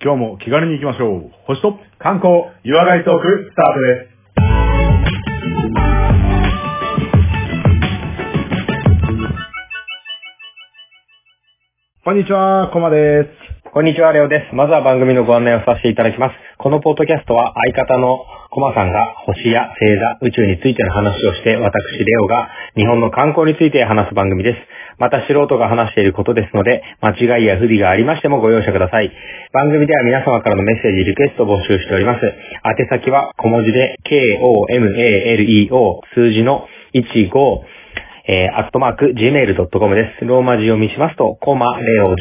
今日も気軽に行きましょう。星と観光、 湯上がりトーク、スタートです。こんにちは、コマです。 こんにちは、レオです。まずは番組のご案内をさせていただきます。このポッドキャストは相方のコマさんが星や星座、宇宙についての話をして、私、レオが日本の観光について話す番組です。また素人が話していることですので、間違いや不備がありましてもご容赦ください。番組では皆様からのメッセージ、リクエストを募集しております。宛先は小文字で KOMALEO 数字の15@gmail.com です。ローマ字読みしますと、コマレオ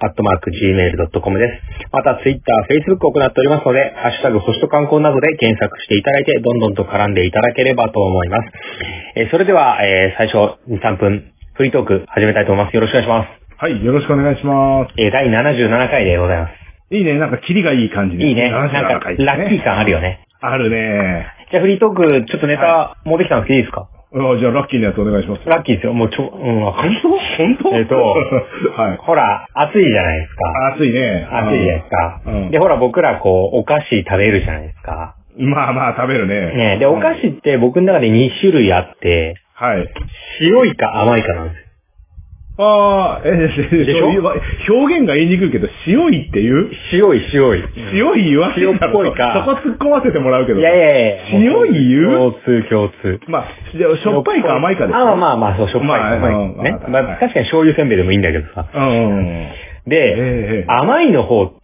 15@gmail.com です。また、ツイッター、フェイスブックを行っておりますので、ハッシュタグ星と観光などで検索していただいて、どんどんと絡んでいただければと思います。それでは、最初2、3分、フリートーク始めたいと思います。よろしくお願いします。 はい、よろしくお願いします。 第77回でございます。 いいね、なんかキリがいい感じで。 いいね。なんか、ラッキー感あるよね。 あるね。 じゃあフリートーク、ちょっとネタ持ってきたんですけどいいですか？ じゃあラッキーなやつお願いします。 ラッキーですよ。もう本当はい。 ほら、暑いじゃないですか。 暑いね。 暑いじゃないですか。で、ほら、僕らお菓子食べるじゃないですか。 まあ、食べるね。 ねで、お菓子って僕の中で2種類あって、 はい。 塩いか甘いかなんですよ。 でしょ？表現が言いにくいけど、塩いって言う？ 塩い。 塩い言わせ塩っぽいか。 そこ突っ込ませてもらうけど。 いや。 塩い言う？ 共通。 まあ、しょっぱいか甘いかですよ。 まあ、そう、しょっぱいか甘い。ね。まあ、確かに醤油せんべいでもいいんだけどさ。で、甘いの方って、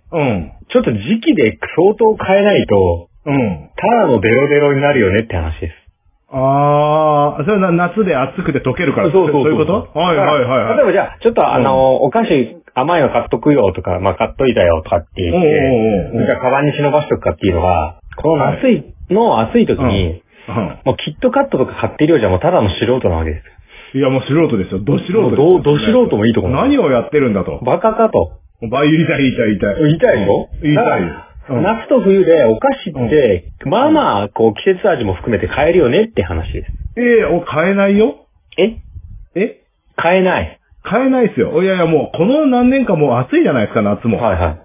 ちょっと時期で相当変えないと、ただのデロデロになるよねって話です。 それは夏で暑くて溶けるから。 そういうこと？はい。 例えばじゃあ、ちょっとお菓子甘いの買っとくよとか、まあ買っといたよとかって言って、じゃあカバンに忍ばしとくかっていうのが、この暑い時に、もうキットカットとか買ってるようじゃもうただの素人なわけです。 いや、もう素人ですよ。ど素人です。 ど素人もいいところ。 何をやってるんだと。 バカかと。 言いたいでしょ？ 言いたいよ。夏と冬でお菓子って、季節味も含めて買えるよねって話です。 買えないよ。 買えない。 買えないですよ。いや、もう、この何年かもう暑いじゃないですか、夏も。 はい。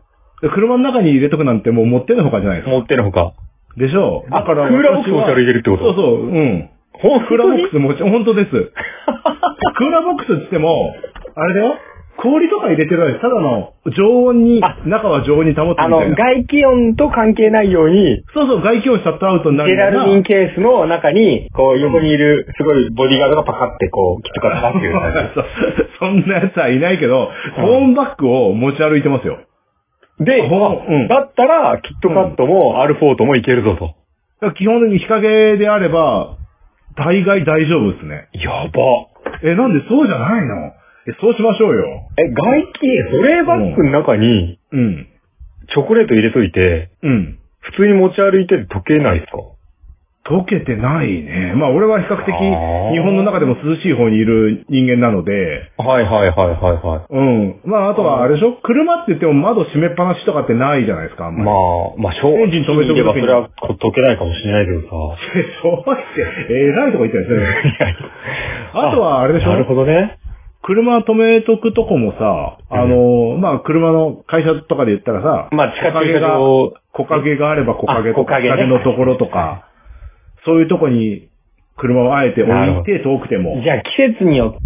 車の中に入れとくなんてもう持ってのほかじゃないですか。 持ってのほか。 でしょ？ だから、クーラーボックス持ち歩いてるってこと？ そう、クーラーボックス本当です。クーラーボックスって言っても、あれだよ。氷とか入れてるのに、ただの常温に、中は常温に保ってるみたいな。 外気温と関係ないように、 そう、外気温シャットアウトになるジェラルミンケースの中に、横にいる、すごいボディーガードがパカってキットカットっていう感じ。 そんなやつはいないけど、保温バッグを持ち歩いてますよ。 で、だったら、キットカットもアルフォートもいけるぞと。 基本的に日陰であれば、大概大丈夫ですね。 やば。 なんでそうじゃないの？そうしましょうよ。 保冷バッグの中に、チョコレート入れといて、普通に持ち歩いて溶けないですか？ 溶けてないね。まあ俺は比較的日本の中でも涼しい方にいる人間なので。 はい。 まああとはあれでしょ？車って言っても窓閉めっぱなしとかってないじゃないですか。 まあ、エンジン止めとけばそれは溶けないかもしれないけどさ。 そうって、偉いとこ言ってるんですね。あとはあれでしょ？ なるほどね。 車止めとくとこもさ、車の会社とかで言ったらさ、 近く木陰があれば木陰とか、日陰のところとか、そういうとこに車をあえて置いて遠くても。 じゃあ季節によって、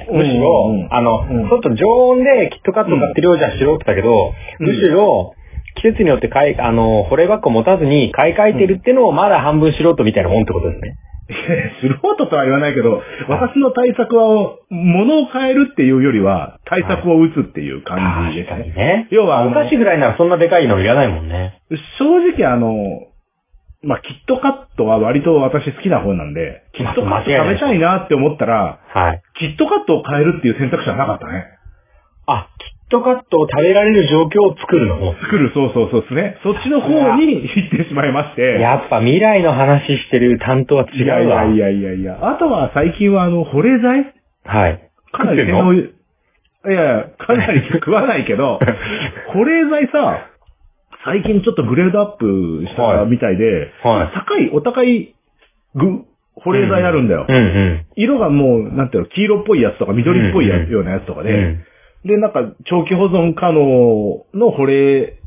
むしろ、ちょっと常温でキットカット買ってるようじゃ素人だけど、むしろ、季節によって保冷バッグを持たずに買い替えてるっていうのをまだ半分素人みたいなもんってことですね。 素人とは言わないけど、私の対策は、物を変えるっていうよりは、対策を打つっていう感じですね。 要は、お菓子ぐらいならそんなでかいのいらないもんね。 正直キットカットは割と私好きな方なんで、キットカット食べたいなって思ったら、キットカットを変えるっていう選択肢はなかったね。 キットカットを食べられる状況を作るの？ そうですね。そっちの方に行ってしまいまして。 やっぱ未来の話してる担当は違うわ。 いや。あとは最近は保冷剤？ はい。 かなりかなり食わないけど、保冷剤さ、最近ちょっとグレードアップしたみたいで、お高い保冷剤あるんだよ。色がもう、なんていうの、黄色っぽいやつとか緑っぽいようなやつとかで、で、なんか長期保存可能の保冷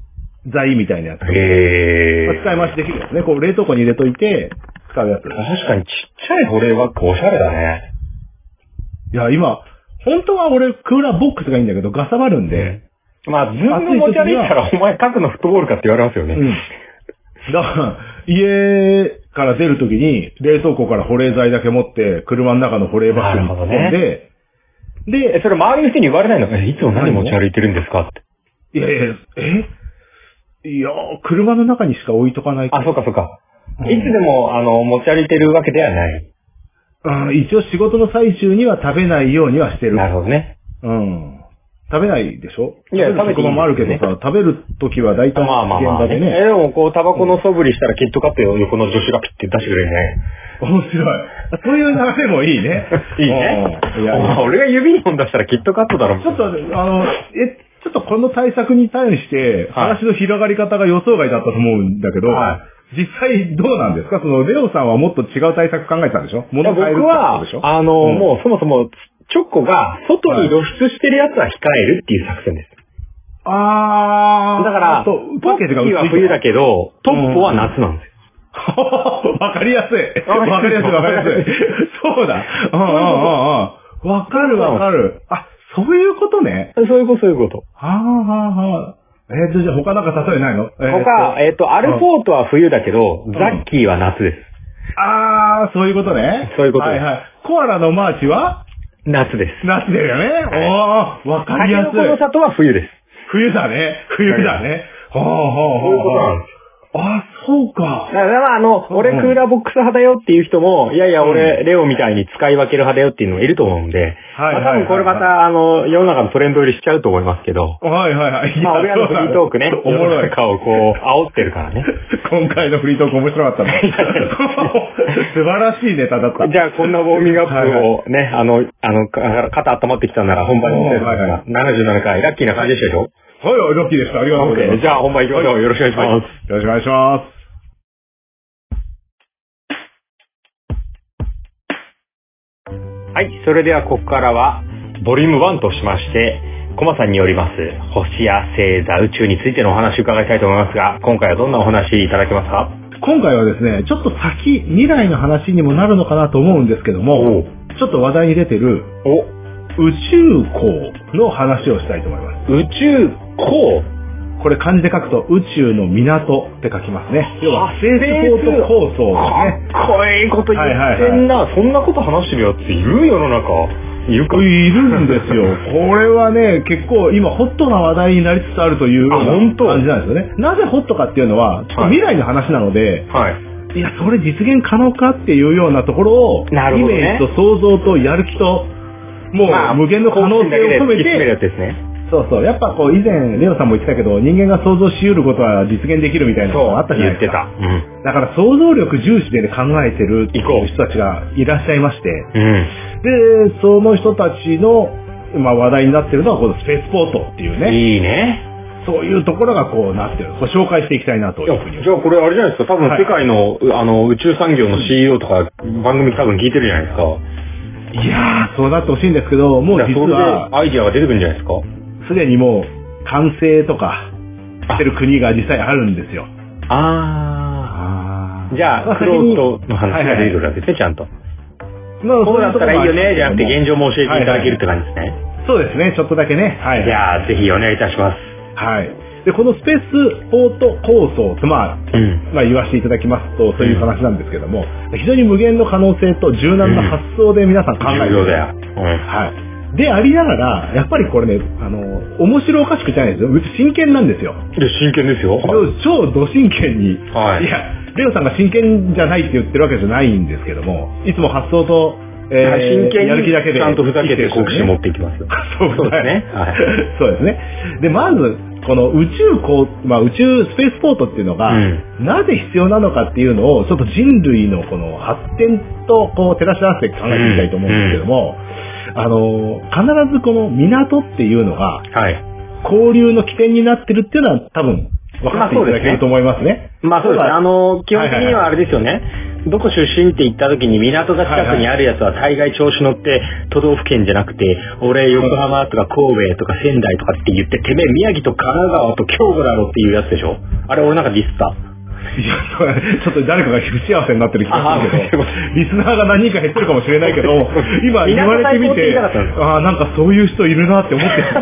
材みたいなやつ。使い回しできるやつね。こう冷凍庫に入れといて、使うやつ。 確かにちっちゃい保冷バッグおしゃれだね。 いや、今、本当は俺、クーラーボックスがいいんだけど、ガサバるんで。 まあ、ずっと持ち歩いたら、お前核のフットボールかって言われますよね。 だから、家から出るときに、冷凍庫から保冷剤だけ持って、車の中の保冷バッグに突っ込んで、 で、それ周りの人に言われないの？いつも何持ち歩いてるんですかって。 いや、車の中にしか置いとかないから。 あ、そうかそうか。いつでも、持ち歩いてるわけではない。 一応仕事の最中には食べないようにはしてる。 なるほどね。 食べないでしょ？ いや、食べていい、 もあるけどさ、食べるときは大体現場でね。 でもこう、タバコの素振りしたらキットカットを横の女子がピッて出してくれるね。 面白い。そういう流れもいいね。 いいね。俺が指2本出したらキットカットだろ。 ちょっとこの対策に対して、話の広がり方が予想外だったと思うんだけど、実際どうなんですか？レオさんはもっと違う対策考えたんでしょ？ 僕は、もうそもそも、チョコが外に露出してるやつは控えるっていう作戦です。だから、ポッキーは冬だけど、トッポは夏なんですよ。 わかりやすい。そうだ。わかる。あ、そういうことね。 そういうこと。 じゃあ他なんか例えないの？ アルフォートは冬だけど、ザッキーは夏です。 そういうことね。 そういうことです。 コアラのマーチは夏です。 夏だよね。わかりやすい。 タケノコの里は冬です。 冬だね。そういうことなんです。そうか。 だから俺クーラーボックス派だよっていう人も、いやいや俺レオみたいに使い分ける派だよっていうのがいると思うんで、多分これまた世の中のトレンド入りしちゃうと思いますけど、 俺らのフリートークね、 おもろい顔をこう煽ってるからね。 今回のフリートーク面白かったね。素晴らしいネタだった。 じゃあこんなウォーミングアップをね、肩温まってきたなら本番にしたいですが、77回ラッキーな感じでしたでしょ？ ラッキーでした。ありがとうございます。 じゃあ本番行きましょう。よろしくお願いします。 よろしくお願いします。 はい、それではここからはボリューム1としまして、コマさんによります星や星座、宇宙についてのお話を伺いたいと思いますが、今回はどんなお話いただけますか？ 今回はですね、ちょっと未来の話にもなるのかなと思うんですけども、ちょっと話題に出てる宇宙港の話をしたいと思います。 宇宙港？ これ漢字で書くと宇宙の港って書きますね。要はスペースポート構想ですね。 かっこいいこと言ってんな。そんなこと話してるやついる？世の中。いるんですよ。これはね、結構今ホットな話題になりつつあるという感じなんですよね。なぜホットかっていうのは、ちょっと未来の話なので、いや、それ実現可能かっていうようなところを、イメージと想像とやる気と、もう無限の可能性を込めて、そうやっぱ以前レオさんも言ってたけど、人間が想像し得ることは実現できるみたいなのがあったじゃないですか。だから想像力重視で、考えてるっていう人たちがいらっしゃいまして、でその人たちの話題になってるのはこのスペースポートっていうね。 いいね。 そういうところがなってる。紹介していきたいなというふうに。 じゃあこれあれじゃないですか。多分世界の、宇宙産業の CEO とか番組多分聞いてるじゃないですか。 いやー、そうなってほしいんですけど、もう実はアイディアが出てくるんじゃないですか。 すでにもう完成とかしてる国が実際あるんですよ。 じゃあクロートの話が出てくるわけですね、ちゃんと。こうだったらいいよね、じゃなくて現状も教えていただけるって感じですね。 そうですね、ちょっとだけね。 じゃあぜひお願いいたします。 で、このスペースポート構想と言わせていただきますと、そういう話なんですけども、非常に無限の可能性と柔軟な発想で皆さん考えてる。でありながら、やっぱりこれね、面白おかしくじゃないですよ。真剣なんですよ。 真剣ですよ。 超ド真剣に。いや、レオさんが真剣じゃないって言ってるわけじゃないんですけども、いつも発想と、 真剣にやる気だけでちゃんとふざけて好奇心持っていきますよ。 そうですね。そうですね。で、まず、この宇宙スペースポートっていうのが、なぜ必要なのかっていうのを、ちょっと人類のこの発展と照らし合わせて考えていきたいと思うんですけども、必ずこの港っていうのが、交流の起点になってるっていうのは多分分かっていただけると思いますね。 そうですね。基本的にはあれですよね。 どこ出身って言った時に港が近くにあるやつは大概調子乗って都道府県じゃなくて、俺横浜とか神戸とか仙台とかって言って、てめえ宮城と神奈川と京都だろっていうやつでしょ。あれ俺なんかディスった。 いや、ちょっと誰かが不幸せになってる気がするけど、リスナーが何人か減ってるかもしれないけど、今言われてみて、なんかそういう人いるなって思ってる。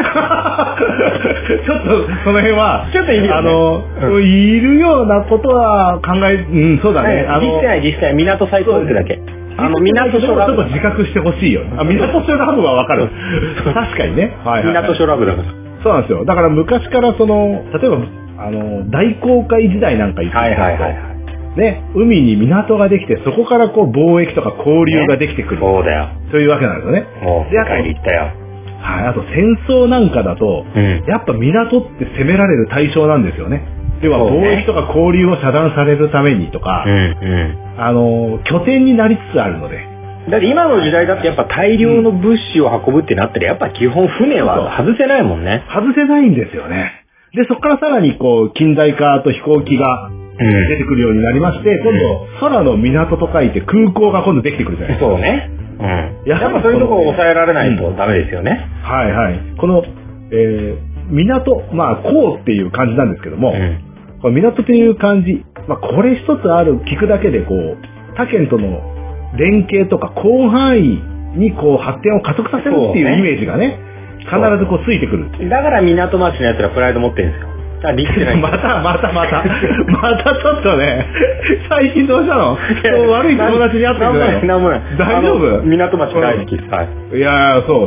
ちょっとその辺は、 ちょっといるよね。 いるようなことは考え、そうだね。 実際、港最高ってだけ。 港署ラブ。ちょっと自覚してほしいよ。港署ラブはわかる。確かにね。 港署ラブだから。 そうなんですよ。だから昔から例えば、大航海時代なんか言ってね、海に港ができて、そこからこう貿易とか交流ができてくる。 そうだよ。 そういうわけなんですよね。 もう世界に行ったよ。 はい、あと戦争なんかだと、やっぱ港って攻められる対象なんですよね。要は貿易とか交流を遮断されるためにとか、拠点になりつつあるので。 だって今の時代だってやっぱ大量の物資を運ぶってなったら、やっぱ基本船は外せないもんね。 外せないんですよね。で、そこからさらにこう、近代化と飛行機が出てくるようになりまして、今度、空の港と書いて空港が今度できてくるじゃないですか。 そうね。やっぱそういうところを抑えられないとダメですよね。 はいはい。この、港、港っていう感じなんですけども、この港という漢字、これ一つ聞くだけでこう、他県との連携とか広範囲にこう発展を加速させるっていうイメージがね、必ずこうついてくる。 だから港町のやつらプライド持ってるんですよ。 またちょっとね、最近どうしたの？悪い友達に会ってくれないの？大丈夫？ 港町大好きです。はい。 いやそう。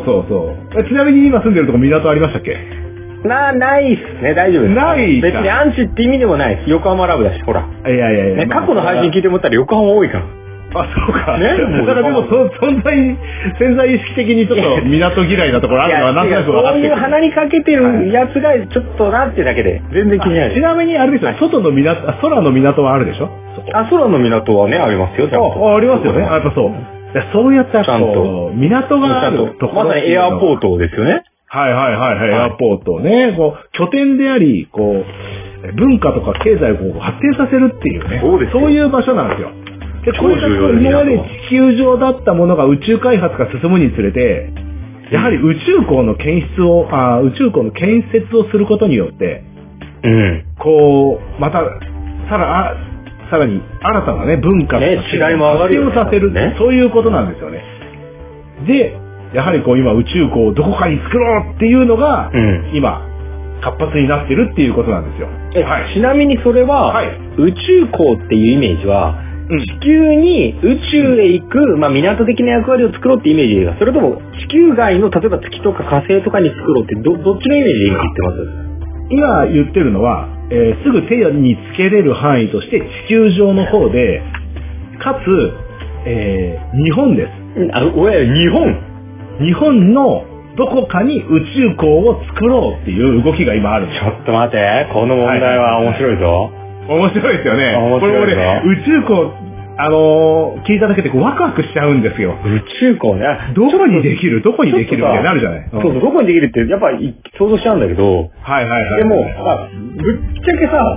ちなみに今住んでるとこ港ありましたっけ？ ないっすね、大丈夫です。ない。別にアンチって意味でもないです。横浜ラブだし、ほら。 いや。 過去の配信聞いてもらったら横浜多いから。 あ、そうか。ね。だからでも潜在意識的にちょっと港嫌いなところあるのはなんとなく分かってる。 そういう鼻にかけてるやつがちょっとなってだけで、全然気になる。 ちなみにあれですよ、空の港はあるでしょ？ 空の港はね、ありますよ、ちゃんと。 ありますよね。やっぱそう。そうやったら、港があるところ。 まさにエアポートですよね。 はい、エアポートね。拠点であり、文化とか経済を発展させるっていうね。そういう場所なんですよ。で、これが今まで地球上だったものが宇宙開発が進むにつれて、やはり宇宙港の建設をすることによって、また、さらに新たなね、文化とか違いも上がるよね。 発展をさせる、そういうことなんですよね。で、やはり今宇宙港をどこかに作ろうっていうのが、今、活発になってるっていうことなんですよ。 ちなみにそれは、宇宙港っていうイメージは、地球に宇宙へ行く、港的な役割を作ろうってイメージですか？それとも地球外の例えば月とか火星とかに作ろうってどっちのイメージで今言ってます？ 今言ってるのは、すぐ手につけれる範囲として地球上の方で、かつ、日本です。日本のどこかに宇宙港を作ろうっていう動きが今あるんです。 ちょっと待って、この問題は面白いぞ。 面白いですよね。これ俺、宇宙港、聞いただけでワクワクしちゃうんですよ。 宇宙港ね。 どこにできるみたいになるじゃない。 そう、どこにできるって、やっぱり想像しちゃうんだけど。でも、ぶっちゃけさ、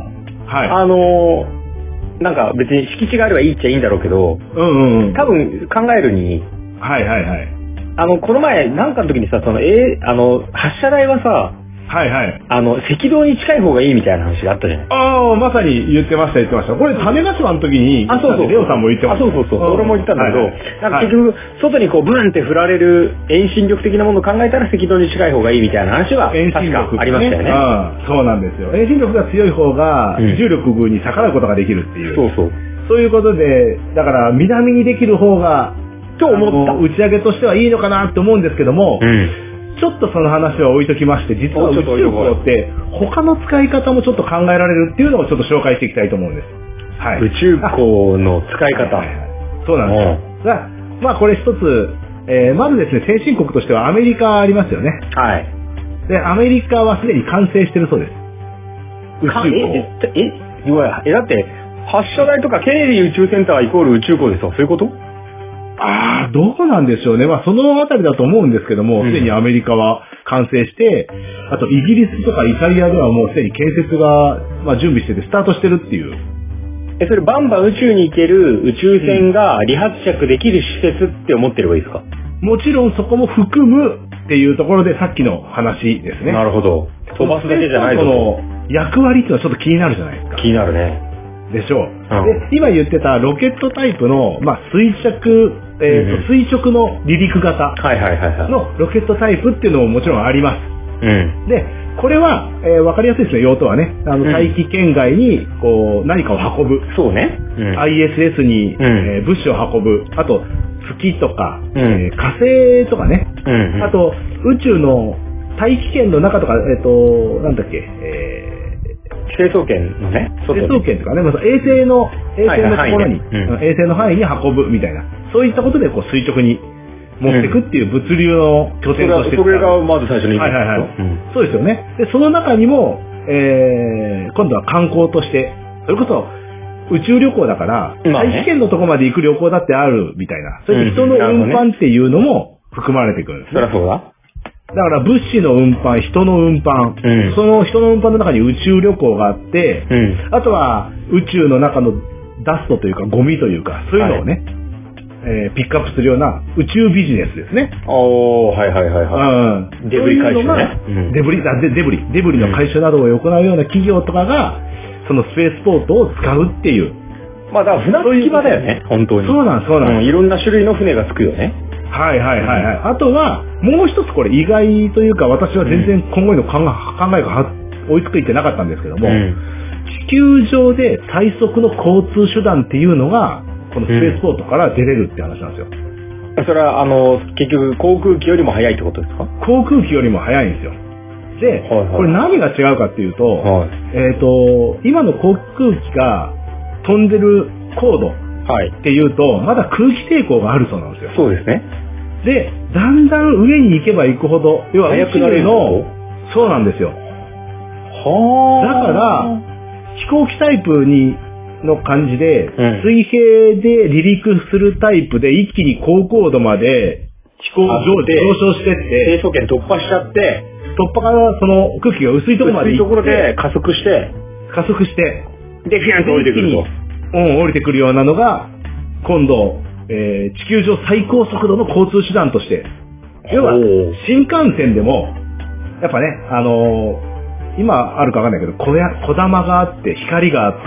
なんか別に敷地があればいいっちゃいいんだろうけど、多分考えるに、この前、なんかの時にさ、発射台はさ、赤道に近い方がいいみたいな話があったじゃない。 まさに言ってました。これ、種子島の時に、レオさんも言ってました。 俺も言ったんだけど、なんか結局、外にブンって振られる遠心力的なものを考えたら赤道に近い方がいいみたいな話は、確かありましたよね。 そうなんですよ。遠心力が強い方が、重力に逆らうことができるっていう。そういうことで、だから南にできる方が、と思った。打ち上げとしてはいいのかなって思うんですけども、ちょっとその話は置いときまして、実は宇宙港って他の使い方もちょっと考えられるっていうのをちょっと紹介していきたいと思うんです。 宇宙港の使い方。 そうなんですよ。これ一つ、まずですね、先進国としてはアメリカありますよね。で、アメリカはすでに完成してるそうです。宇宙港。 だって、発射台とかケネディ宇宙センターイコール宇宙港ですよ。そういうこと？ どうなんでしょうね。そのあたりだと思うんですけども、すでにアメリカは完成して、あとイギリスとかイタリアではもうすでに建設が、準備しててスタートしてるっていうそれバンバン宇宙に行ける宇宙船が離発着できる施設って思ってればいいですか？ もちろんそこも含むっていうところでさっきの話ですね。 なるほど。飛ばすだけじゃないと。 その役割っていうのはちょっと気になるじゃないですか。 気になるね。 でしょう。で、今言ってたロケットタイプの、まあ、垂直の離陸型のロケットタイプっていうのももちろんあります。で、これは、わかりやすいですね、用途はね。大気圏外に、こう、何かを運ぶ。 そうね。 ISS に、物資を運ぶ。あと、月とか、火星とかね。あと、宇宙の大気圏の中とか、なんだっけ、 成層圏のね。 成層圏とかね、まあ、衛星のところに、衛星の範囲に運ぶみたいな。そういったことで、こう、垂直に持っていくっていう物流の拠点として。 それがまず最初に言います。 そうですよね。で、その中にも、今度は観光として、それこそ、宇宙旅行だから、大気圏のところまで行く旅行だってあるみたいな。それで人の運搬っていうのも含まれてくるんですね。 そりゃそうだ。 だから物資の運搬、人の運搬、その人の運搬の中に宇宙旅行があって、あとは宇宙の中のダストというかゴミというか、そういうのをね、ピックアップするような宇宙ビジネスですね。 デブリ回収ね。 デブリの回収などを行うような企業とかが、そのスペースポートを使うっていう。 まあだから船着き場だよね、本当に。 そうなんです。 いろんな種類の船がつくよね。 あとは、もう一つこれ意外というか、私は全然今後の考えが追いついてなかったんですけども、地球上で最速の交通手段っていうのが、このスペースポートから出れるって話なんですよ。 それは、結局航空機よりも速いってことですか？ 航空機よりも速いんですよ。で、これ何が違うかっていうと、今の航空機が飛んでる高度っていうと、まだ空気抵抗があるそうなんですよ。 そうですね。 で、だんだん上に行けば行くほど、要は宇宙の、そうなんですよ。だから、飛行機タイプの感じで、水平で離陸するタイプで一気に高高度まで上昇してって、 成層圏突破しちゃって、 突破からその空気が薄いところまで行って、 薄いところで加速して、で、フィアンと降りてくると。 降りてくるようなのが、今度、地球上最高速度の交通手段として、要は、新幹線でも、やっぱね、今あるかわかんないけど、小玉があって、光があって、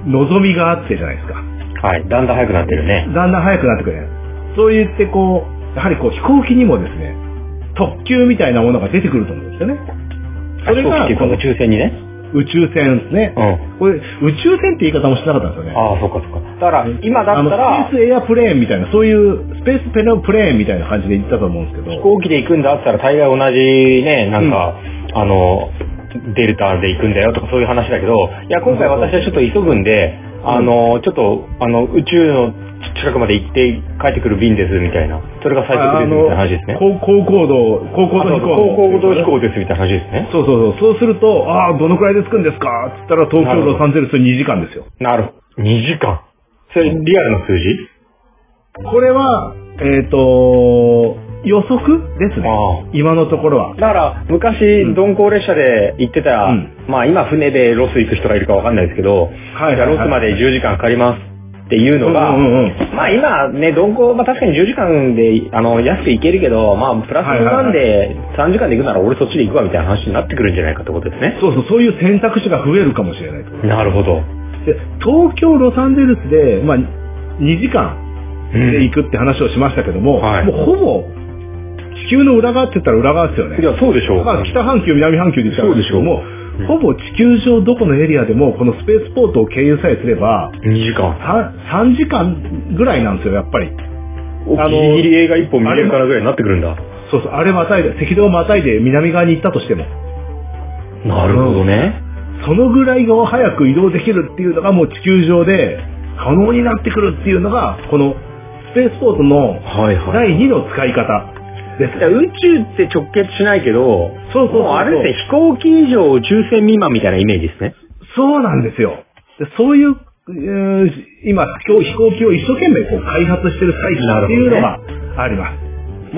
望みがあってじゃないですか。 だんだん速くなってるね。 だんだん速くなってくる。そう言ってこう、やはりこう飛行機にもですね、特急みたいなものが出てくると思うんですよね。 それが、この宇宙船にね。 宇宙船ですね。これ、宇宙船って言い方もしてなかったんですよね。 そうか。だから、今だったら、 スペースエアプレーンみたいな、そういう、スペースプレーンみたいな感じで言ったと思うんですけど。 飛行機で行くんだったら、大概同じね、なんか、デルタで行くんだよとかそういう話だけど、いや、今回私はちょっと急ぐんで、ちょっと、宇宙の近くまで行って帰ってくる便ですみたいな。それが最速ですみたいな話ですね。 高高度飛行ですみたいな話ですね。 そうすると、どのくらいで着くんですかつったら東京ロサンゼルス2時間ですよ。 なるほど。2時間。それリアルな数字？ これは、予測ですね。今のところは。 だから、昔、鈍行列車で行ってた、まあ今船でロス行く人がいるかわかんないですけど、ロスまで10時間かかりますっていうのが、まあ今ね、鈍行、まあ確かに10時間で、安く行けるけど、まあプラスなんで3時間で行くなら俺そっちで行くわみたいな話になってくるんじゃないかってことですね。 そういう選択肢が増えるかもしれないと。 なるほど。 で、東京、ロサンゼルスで、まあ2時間で行くって話をしましたけども、もうほぼ、地球の裏側って言ったら裏側ですよね。 いや、そうでしょう。 まあ、北半球、南半球で言ったらそうでしょう。もう、ほぼ地球上どこのエリアでも、このスペースポートを経由さえすれば、 2時間。 3時間ぐらいなんですよ、やっぱり。 ギリギリ映画一本見れるからぐらいになってくるんだ。 あれまたいで、赤道またいで南側に行ったとしても。 なるほどね。 そのぐらいが早く移動できるっていうのがもう地球上で可能になってくるっていうのが、このスペースポートの第2の使い方。 宇宙って直結しないけど、もうあれって飛行機以上宇宙船未満みたいなイメージですね。 そうなんですよ。でそういう、今、飛行機を一生懸命こう開発してる最中っていうのがあります。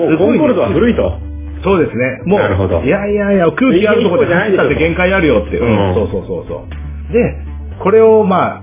もうコンコルドは古いと。 そうですね。もう、 なるほど。 いや、空気あるところで走ったって限界あるよって。そう。で、これをまあ、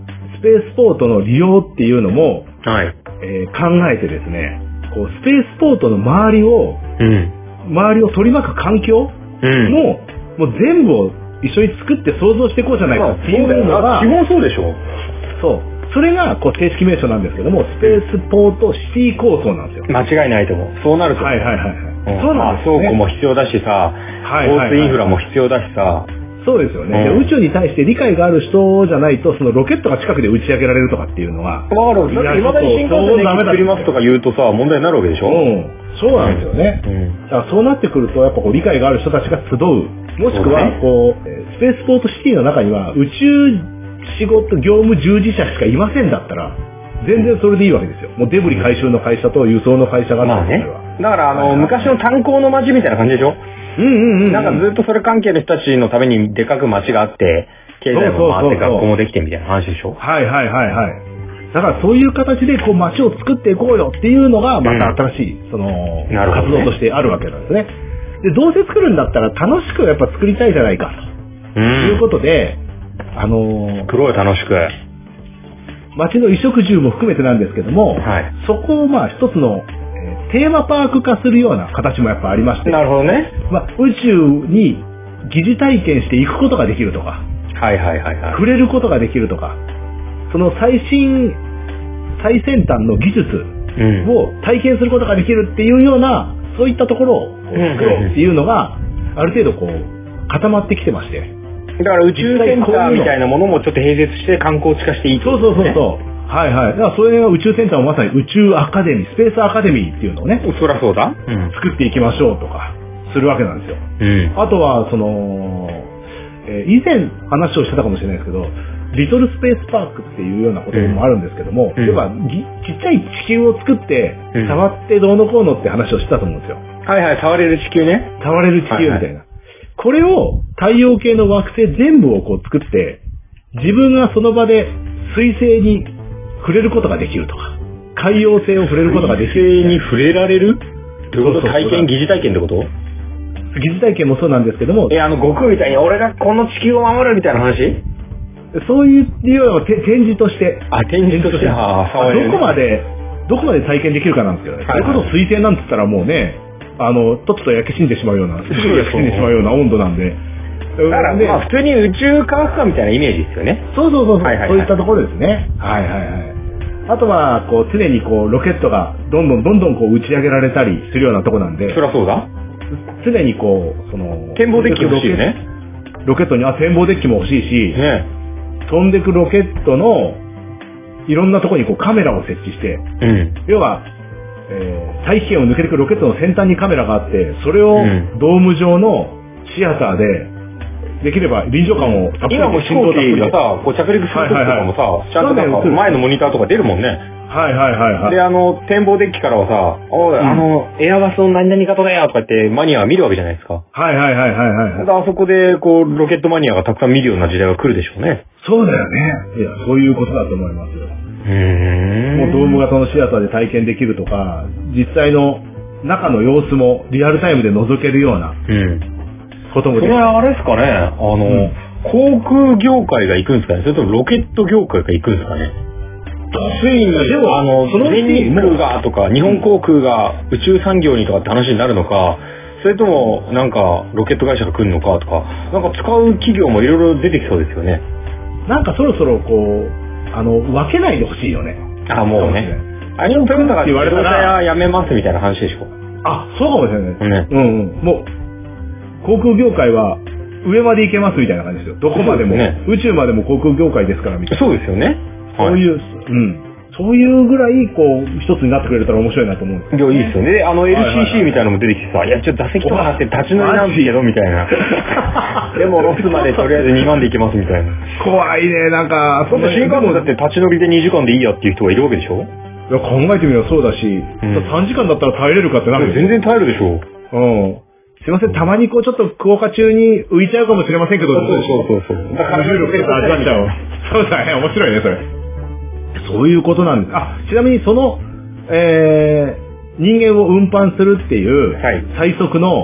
ペースポートの利用っていうのも、 はい。 考えてですね、こうスペースポートの周りを取り巻く環境の、もう全部を一緒に作って想像していこうじゃないかっていうのが、 基本そうでしょ。 そう。それがこう正式名称なんですけども、スペースポートシティ構想なんですよ。 間違いないと思う。そうなると。 はいはいはい。 そうなんですね。倉庫も必要だしさ、交通インフラも必要だしさ。 そうですよね。宇宙に対して理解がある人じゃないと、そのロケットが近くで打ち上げられるとかっていうのは。 だから、未だに新幹線で作りますとか言うとさ、問題になるわけでしょ。 そうなんですよね。だからそうなってくると、やっぱこう理解がある人たちが集う。もしくは、こう、スペースポートシティの中には宇宙仕事、業務従事者しかいませんだったら、全然それでいいわけですよ。もうデブリ回収の会社と輸送の会社があるんですよ。 だから昔の炭鉱の町みたいな感じでしょ。なんかずっとそれ関係の人たちのためにでかく町があって、経済も回って学校もできてみたいな話でしょ。 はいはいはいはい。だからそういう形でこう町を作っていこうよっていうのがまた新しい、その、活動としてあるわけなんですね。で、どうせ作るんだったら楽しくやっぱ作りたいじゃないかと。いうことで、 作ろうよ楽しく。 街の衣食住も含めてなんですけども、そこをまあ一つの、テーマパーク化するような形もやっぱありまして。 なるほどね。 まあ、宇宙に疑似体験していくことができるとか。触れることができるとか。その最先端の技術を体験することができるっていうような、そういったところを作ろうっていうのが、ある程度こう、固まってきてまして。 だから宇宙センターみたいなものもちょっと併設して観光地化していいと、ね。 そう。はいはい。だからそれが宇宙センターをまさに宇宙アカデミー、スペースアカデミーっていうのをね。 そりゃそうだ。 作っていきましょうとか、するわけなんですよ。あとは、その、以前話をしてたかもしれないですけど、リトルスペースパークっていうようなこともあるんですけども、要はちっちゃい地球を作って、触ってどうのこうのって話をしてたと思うんですよ。 触れる地球ね。 触れる地球みたいな。これを太陽系の惑星全部をこう作って、自分がその場で水星に触れることができるとか、海洋星を触れることができる。 水星に触れられるってこと？体験、疑似体験ってこと？ 疑似体験もそうなんですけども。 悟空みたいに俺がこの地球を守るみたいな話？ そういうような展示として。 展示として。 どこまで体験できるかなんですけどね。それこそ水星なんて言ったらもうね、とっとと焼け死んでしまうような、温度なんで。 だから、まあ普通に宇宙科学館みたいなイメージですよね。 そう。そういったところですね。あとは、こう、常にこう、ロケットがどんどんこう、打ち上げられたりするようなとこなんで。 そりゃそうだ。 常にこう、その、 展望デッキ欲しいよね。 ロケットに、展望デッキも欲しいし、飛んでくロケットの、いろんなところにこうカメラを設置して、要は、大気圏を抜けてくるロケットの先端にカメラがあって、それをドーム上のシアターで、できれば臨場感をたっぷり今も飛行機がさ、こう着陸するときとかもさ、ちゃんとなんか前のモニターとか出るもんね。で、展望デッキからはさ、エアバスの何々型だよとか言ってマニアが見るわけじゃないですか。あそこで、こう、ロケットマニアがたくさん見るような時代が来るでしょうね。 そうだよね。いや、そういうことだと思いますよ。もうドーム型のシアターで体験できるとか、実際の中の様子もリアルタイムで覗けるようなこともできる。 それはあれですかね、航空業界が行くんですかね、それともロケット業界が行くんですかね。ついに、 でも、 全日空がとか、日本航空が宇宙産業にとかって話になるのか、それとも、なんか、ロケット会社が来るのかとか、なんか使う企業もいろいろ出てきそうですよね。 なんかそろそろこう、分けないでほしいよね。 もうね。トヨタが自動車やめますみたいな話でしょ。 そうかもしれないね。もう、航空業界は上まで行けますみたいな感じですよ。どこまでも。宇宙までも航空業界ですからみたいな。 そうですよね。 そういう、そういうぐらい、こう、一つになってくれたら面白いなと思うんですよ。いいですよね。LCC みたいなのも出てきてさ、いや、ちょっと座席とかなって立ち乗りなんですけど、みたいな。でも、ロスまでとりあえず2万で行けますみたいな。 怖いね、なんか、 そんな新幹線だって立ち乗りで2時間でいいやっていう人がいるわけでしょ？ いや、考えてみればそうだし、3時間だったら耐えれるかってなる。 全然耐えるでしょ。 すいません、たまにこうちょっと福岡中に浮いちゃうかもしれませんけど。 そう。 だから、そうだね、面白いね、それ。そういうことなんです。ちなみにその、人間を運搬するっていう、最速の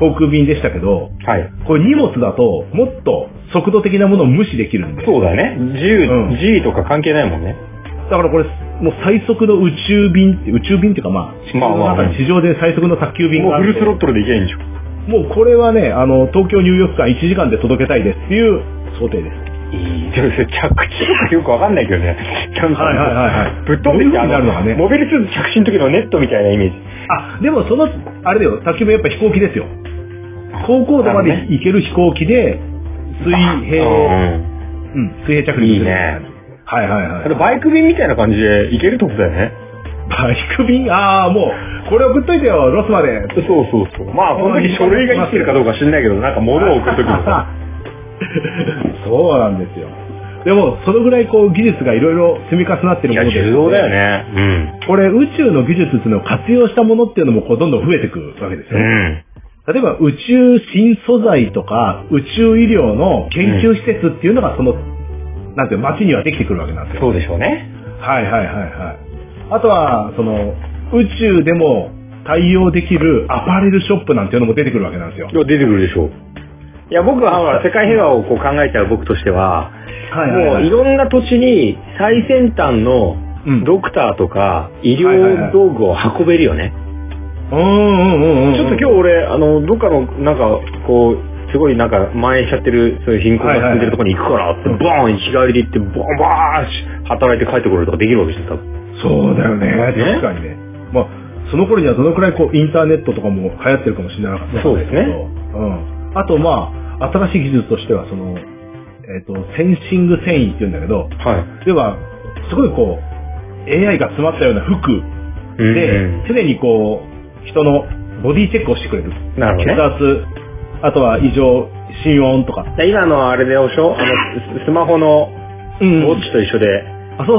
航空便でしたけど、 はい。 これ荷物だと、もっと速度的なものを無視できるんで。 そうだね。G とか関係ないもんね。 だからこれ、もう最速の宇宙便っていうか地上で最速の宅急便があって。 もうフルスロットルでいけばいいんでしょ。 もうこれはね、東京入浴間1時間で届けたいですっていう想定です。 でもそれ着地とかよくわかんないけどね。ぶっ飛んできてモビルスーツ着地の時のネットみたいなイメージ。 でもあれだよ、宅急便やっぱ飛行機ですよ。高高度まで行ける飛行機で、水平着陸する。 いいね。 はい。 バイク便みたいな感じで行けるってことだよね。 バイク便もう、これ送っといてよ、ロスまで。 そう。まあ、その時書類が生きてるかどうか知んないけど、なんか物を送る時もさ。 そうなんですよ。でも、そのぐらい技術がいろいろ積み重なってるものです。 重要だよね。 これ、宇宙の技術っていうのを活用したものっていうのも、どんどん増えてくるわけですよ。例えば、宇宙新素材とか、宇宙医療の研究施設っていうのが、街にはできてくるわけなんですよ。 そうでしょうね。 はい。あとは、宇宙でも対応できるアパレルショップなんていうのも出てくるわけなんですよ。 出てくるでしょう。いや、僕は世界平和を考えちゃう僕としては、もういろんな土地に最先端のドクターとか医療道具を運べるよね。ちょっと今日俺、どっかのすごい蔓延しちゃってる、そういう貧困が進んでるところに行くからって、ボーン日帰りで行って、ボーン働いて帰ってくるとかできるわけですよ、多分。 そうだよね。確かにね。まあ、その頃にはどのくらいインターネットとかも流行ってるかもしれなかった。 そうですね。 あと新しい技術としては、センシング繊維って言うんだけど、要は、すごいAI が詰まったような服で、常に人のボディチェックをしてくれる。 なるほど、ね。 血圧、あとは異常、心音とか。 今のあれでしょスマホのウォッチと一緒で。 そう。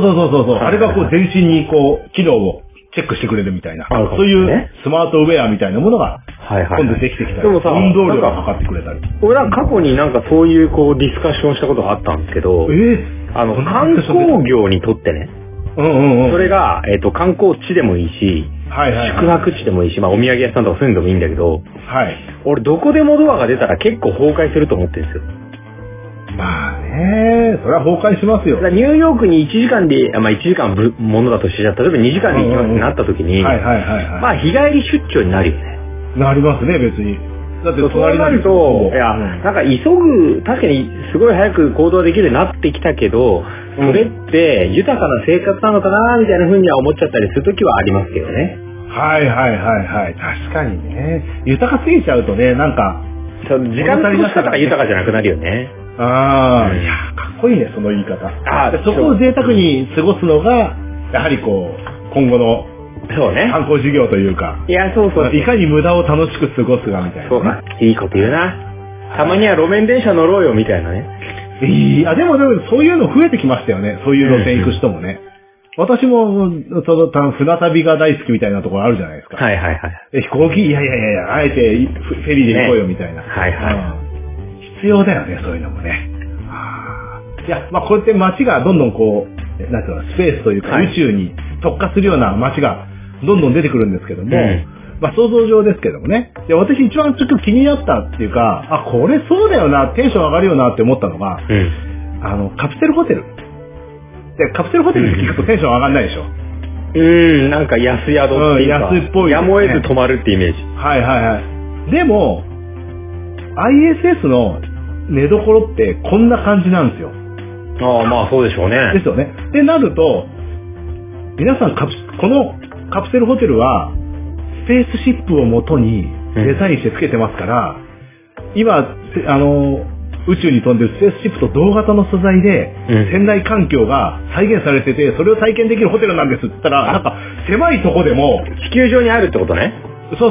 あれが全身に機能をチェックしてくれるみたいな。そういうスマートウェアみたいなものが、今度できてきたり。でもさ、運動量が測ってくれたり。 俺は過去にそういうディスカッションしたことがあったんですけど、観光業にとってね、それが、観光地でもいいし、宿泊地でもいいし、お土産屋さんとかそういうのでもいいんだけど、俺どこでもドアが出たら結構崩壊すると思ってるんですよ。 まあね、それは崩壊しますよ。 ニューヨークに1時間で、1時間ものだとして、例えば2時間で行きますってなった時に、日帰り出張になるよね。 なりますね、別に。 だってそうなると、急ぐ、確かにすごい早く行動できるようになってきたけど、それって豊かな生活なのかなみたいな風には思っちゃったりするときはありますけどね。 確かにね。豊かすぎちゃうとね、 時間の過ごし方が豊かじゃなくなるよね。 いやかっこいいね、その言い方。そこを贅沢に過ごすのが、やはり今後の観光事業というか。 いや、そう。 いかに無駄を楽しく過ごすかみたいな。 そうだ。いいこと言うな。たまには路面電車乗ろうよみたいなね。 でもそういうの増えてきましたよね。そういう路線行く人もね。私も、船旅が大好きみたいなところあるじゃないですか。飛行機、あえてフェリーで行こうよみたいな。必要だよね、そういうのもね。いや、こうやって街がどんどんスペースというか宇宙に特化するような街がどんどん出てくるんですけども、想像上ですけどもね。で、私一番ちょっと気になったっていうか、これそうだよな、テンション上がるよなって思ったのが、カプセルホテル。で、カプセルホテルって聞くとテンション上がんないでしょ。 安宿っていうか、 安っぽい、 やむを得ず泊まるってイメージ。 でも、ISS の寝所ってこんな感じなんですよ。 そうでしょうね。 ですよね。ってなると、皆さんこのカプセルホテルは、スペースシップを元にデザインしてつけてますから、今、宇宙に飛んでるスペースシップと同型の素材で、船内環境が再現されてて、それを体験できるホテルなんですって言ったら、狭いとこでも、 地球上にあるってことね。 そう。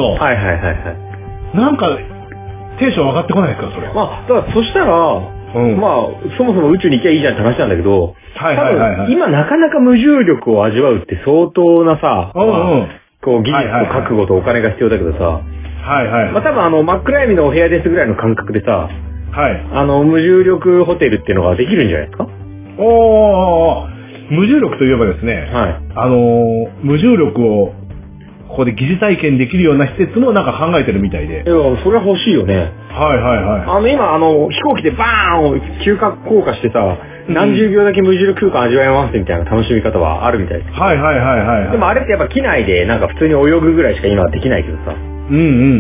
テンション上がってこないですか、それ。 だからそしたら、そもそも宇宙に行きゃいいじゃんって話なんだけど、今なかなか無重力を味わうって相当なさ、技術と覚悟とお金が必要だけどさ、多分真っ暗闇のお部屋ですぐらいの感覚でさ、無重力ホテルっていうのができるんじゃないですか？ 無重力といえばですね、無重力をここで疑似体験できるような施設もなんか考えてるみたいで。 いや、それは欲しいよね。 はいはいはい。 今、飛行機でバーンを急降下してさ、何十秒だけ無重力空間味わえますみたいな楽しみ方はあるみたいです。 はいはいはいはい。 でもあれってやっぱ機内でなんか普通に泳ぐぐらいしか今はできないけどさ。 うんうん。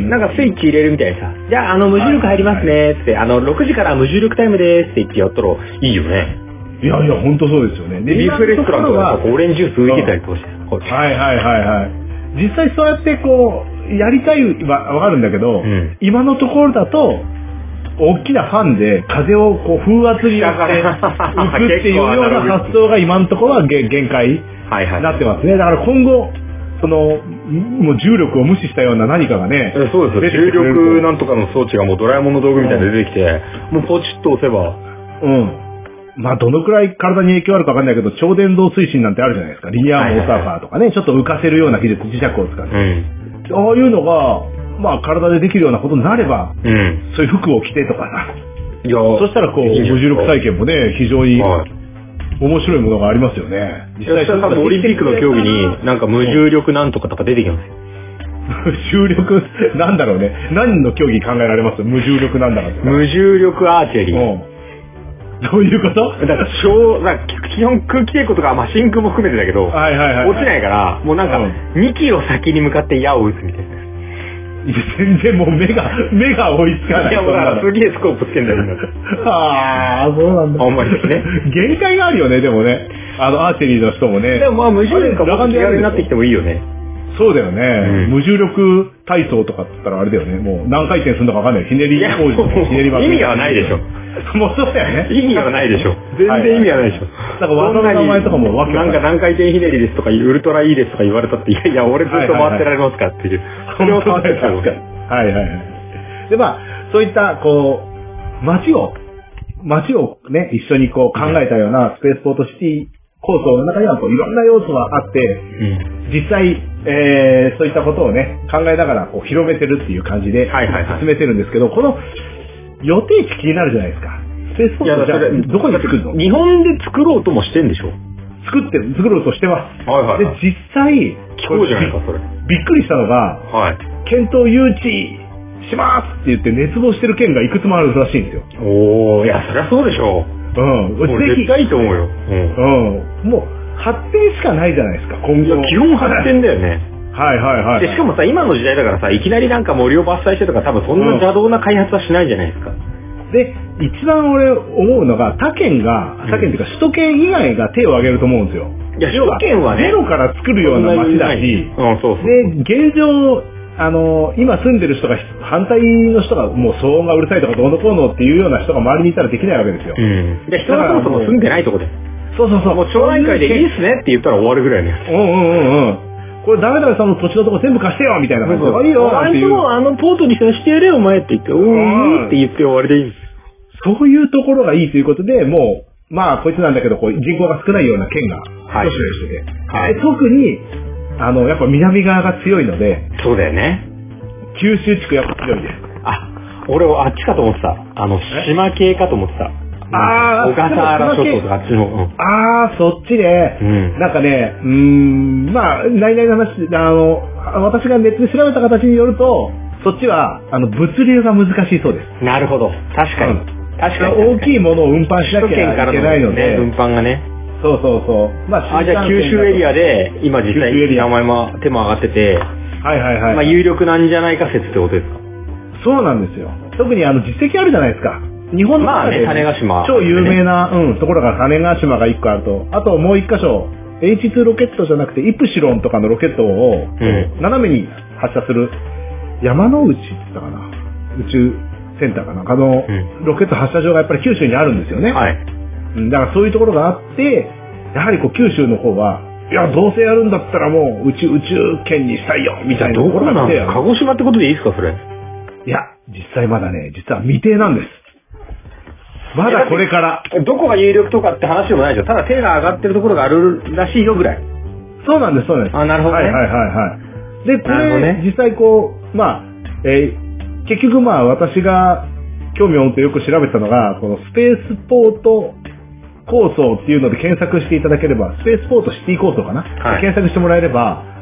なんかスイッチ入れるみたいにさ、じゃあ無重力入りますねって、6時から無重力タイムですって言ってやったらいいよね。 いやいや、ほんとそうですよね。 で、ビーフレストランとかオレンジジュース浮いてたりとかして。 はいはいはいはい。実際そうやってこう、やりたいはわかるんだけど、今のところだと、大きなファンで風をこう風圧によって浮くっていうような発想が今のところは限界になってますね。だから今後、もう重力を無視したような何かがね。 そうですよ。重力なんとかの装置がもうドラえもんの道具みたいに出てきて、もうポチッと押せば。 まあどのくらい体に影響あるかわかんないけど、超電導推進なんてあるじゃないですか。リニアモーターカーとかね、ちょっと浮かせるような技術、磁石を使って。ああいうのが、まあ体でできるようなことになれば、そういう服を着てとかさ。そしたらこう、無重力体験もね、非常に面白いものがありますよね。 実際多分オリンピックの競技になんか無重力なんとかとか出てきますよ。 無重力、なんだろうね。何の競技考えられます？無重力なんだろう。 無重力アーチェリー。 どういうこと？ だから基本空気抵抗とか、まあ真空も含めてだけど、落ちないから、もうなんか2キロ先に向かって矢を撃つみたいな。 全然もう目が追いつかない。 いや、もうだからすげえスコープつけんだよ、 ああ、そうなんだ。 あんまりですね。 限界があるよね、でもね。アーチェリーの人もね。 でもまあ無重力がもっと気軽になってきてもいいよね。 そうだよね。無重力体操とかって言ったらあれだよね。もう何回転するのかわかんない。ひねり工事とかひねりばっかり。 意味はないでしょ。 もうそうだよね。 意味はないでしょ。全然意味はないでしょ。 なんか技の名前とかもわけなんか何回転ひねりですとか、ウルトラいいですとか言われたって、いやいや、俺ずっと回ってられますかっていう。それを変わってたので。 はいはいはい。で、まあ、そういった、こう、街をね、一緒にこう考えたようなスペースポートシティ構想の中にはこういろんな要素があって、実際、そういったことをね、考えながらこう広めてるっていう感じで進めてるんですけど、この予定地気になるじゃないですか。スペースポートじゃあどこに作るの？ 日本で作ろうともしてんでしょ？ 作ろうとしてます。で、実際、 聞こうじゃないか、それ。 びっくりしたのが、検討誘致しますって言って熱望してる県がいくつもあるらしいんですよ。 いや、そりゃそうでしょう。絶対いいと思うよ。 もう、発展しかないじゃないですか、今後。 基本発展だよね。 で、 しかもさ、今の時代だからさ、いきなりなんか森を伐採してとか多分そんな邪道な開発はしないじゃないですか。 で、一番俺思うのが、他県っていうか首都圏以外が手を挙げると思うんですよ。 いや、首都圏はね。 ゼロから作るような街だし、で、現状、今住んでる人が、反対の人がもう騒音がうるさいとかどうのこうのっていうような人が周りにいたらできないわけですよ。 で、人がそもそも住んでないとこで。 そう。もう町内会でいいっすねって言ったら終わるぐらいね。 これ誰々さんの土地のとこ全部貸してよみたいな感じで。いいよあいつもポートにしてやれよお前って言って、って言って終わりでいいんです。 そういうところがいいということで、もう、まあ、こいつなんだけど、こう、人口が少ないような県が、都市の人で。特に、やっぱ南側が強いので、 そうだよね。 九州地区やっぱ強いです。 俺あっちかと思ってた。島系かと思ってた。小笠原諸島とかあっちの。そっちね。なんかね、まあ、内々の話、私がネットで調べた形によると、そっちは、物流が難しいそうです。 なるほど。確かに。 大きいものを運搬しなきゃいけないので。 運搬がね。 そう。まあ、 じゃあ九州エリアで、今実際名前も手も上がってて、まあ、有力なんじゃないか説ってことですか？ そうなんですよ。特に実績あるじゃないですか。日本の中で種子島超有名な、ところが種子島が1個あると、あともう1箇所、H2 ロケットじゃなくてイプシロンとかのロケットを斜めに発射する山之内って言ったかな、宇宙センターかな、ロケット発射場がやっぱり九州にあるんですよね。だからそういうところがあって、やはりこう九州の方は、いや、どうせやるんだったらもう宇宙圏にしたいよみたいなところがあって。 鹿児島ってことでいいですか、それ？ いや、実際まだね、実は未定なんです。まだこれから。 どこが有力とかって話でもないでしょ。ただ手が上がってるところがあるらしいよぐらい。 そうなんです。 なるほどね。 で、これ、実際こう、まあ、結局まあ私が興味を持ってよく調べたのが、このスペースポート構想っていうので検索していただければ、スペースポートシティ構想かな、検索してもらえれば、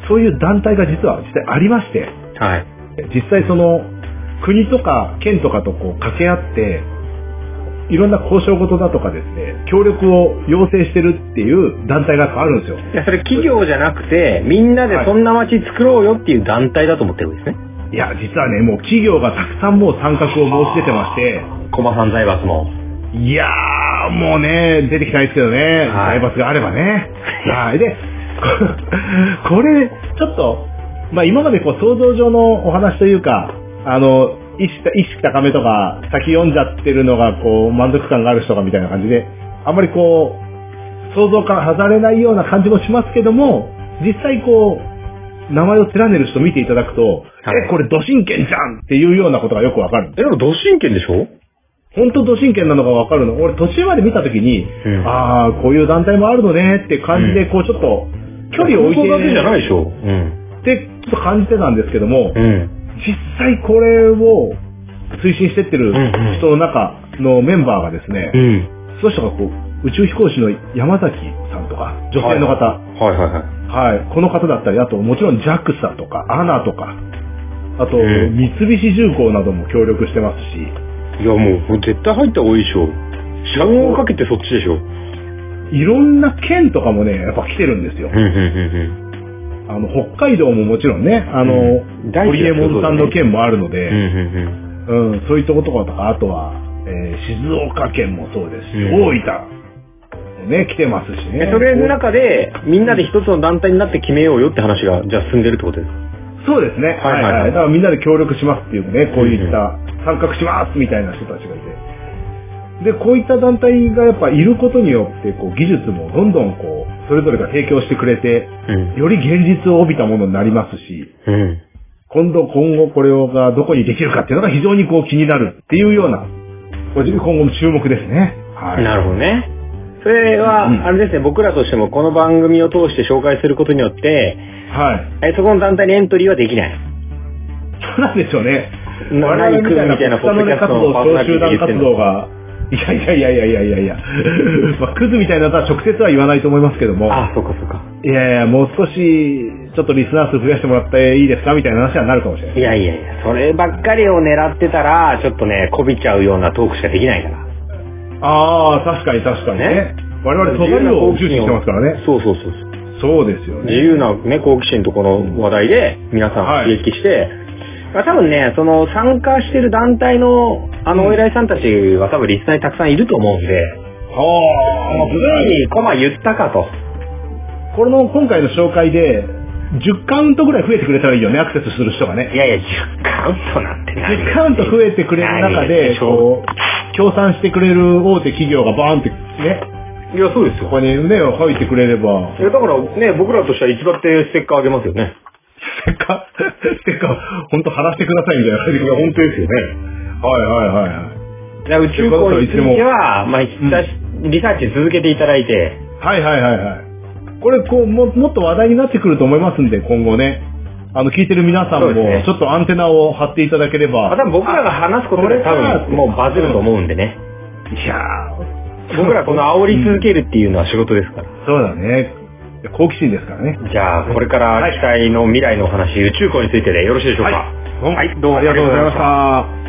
そういう団体が実は実際ありまして、 はい。 実際その、国とか県とかとこう掛け合って、いろんな交渉事だとかですね、協力を要請してるっていう団体があるんですよ。 いや、それ企業じゃなくて、みんなでそんな街作ろうよっていう団体だと思ってるんですね。 いや、実はね、もう企業がたくさんもう参画を申し出てまして、 駒さん財閥も。 いやー、もうね、出てきたいですけどね、財閥があればね。はい。で、これ、ちょっと、まあ今までこう想像上のお話というか、意識高めとか、先読んじゃってるのが、こう、満足感がある人がみたいな感じで、あんまりこう、想像から外れないような感じもしますけども、実際こう、名前を連ねる人見ていただくと、はい、これド真剣じゃんっていうようなことがよくわかる。 でもド真剣でしょ？ 本当ド真剣なのがわかるの。俺途中まで見たときに、ああ、こういう団体もあるのねって感じで、こうちょっと、距離を置いて、 だけじゃないでしょ？ ってちょっと感じてたんですけども、実際これを推進してってる人の中のメンバーがですね、そういう人がこう、宇宙飛行士の山崎さんとか、女性の方、はい、この方だったり、あともちろん JAXA とか、ANA とか、あと、三菱重工なども協力してますし。 いやもう絶対入った方がいいでしょ。社運をかけてそっちでしょ。 いろんな県とかもね、やっぱ来てるんですよ。北海道ももちろんね、ホリエモンさんの県もあるので、そういうとことか、あとは、静岡県もそうですし、大分もね、来てますしね。 それの中で、みんなで一つの団体になって決めようよって話が、じゃあ進んでるってことですか？ そうですね。はいはい。だからみんなで協力しますっていうね、こういった参画しますみたいな人たちがいて。で、こういった団体がやっぱいることによって、こう技術もどんどんこう、それぞれが提供してくれて、より現実を帯びたものになりますし、今後これがどこにできるかっていうのが非常にこう気になるっていうような、今後も注目ですね。 はい。なるほどね。それは、あれですね、僕らとしてもこの番組を通して紹介することによって、 はい。 そこの団体にエントリーはできない。 そうなんでしょうね。 我々みたいなポッドキャストの小集団活動が、いや。まあ、クズみたいなのは直接は言わないと思いますけども。 あ、そうか。 いや、もう少し、ちょっとリスナー数増やしてもらっていいですかみたいな話はなるかもしれない。 いや、そればっかりを狙ってたら、ちょっとね、こびちゃうようなトークしかできないから。 ああ、確かにね。我々素材を重視してますからね。 そう。 そうですよね。 自由なね、好奇心とこの話題で皆さん刺激して、多分ね、その参加してる団体のお偉いさんたちは多分リスナーにたくさんいると思うんで、もうついにコマ言ったかと。 この今回の紹介で、10カウントぐらい増えてくれたらいいよね、アクセスする人がね。 いや、10カウントなんてない。 10カウント増えてくれる中で、こう、協賛してくれる大手企業がバーンってね。 いや、そうですよ。 ここにね、入ってくれれば。 だからね、僕らとしてはいつだってステッカーあげますよね。 ステッカー、本当貼らせてくださいみたいな。 いや、本当ですよね。 はい。 じゃあ宇宙港については、まあ、リサーチ続けていただいて。 はい。これ、こう、もっと話題になってくると思いますんで、今後ね。聞いてる皆さんも、ちょっとアンテナを張っていただければ。 多分僕らが話すことで多分もうバズると思うんでね。 いやー。僕らこの煽り続けるっていうのは仕事ですから。 そうだね。好奇心ですからね。 じゃあ、これから期待の未来のお話、宇宙港についてでよろしいでしょうか。 はい、どうもありがとうございました。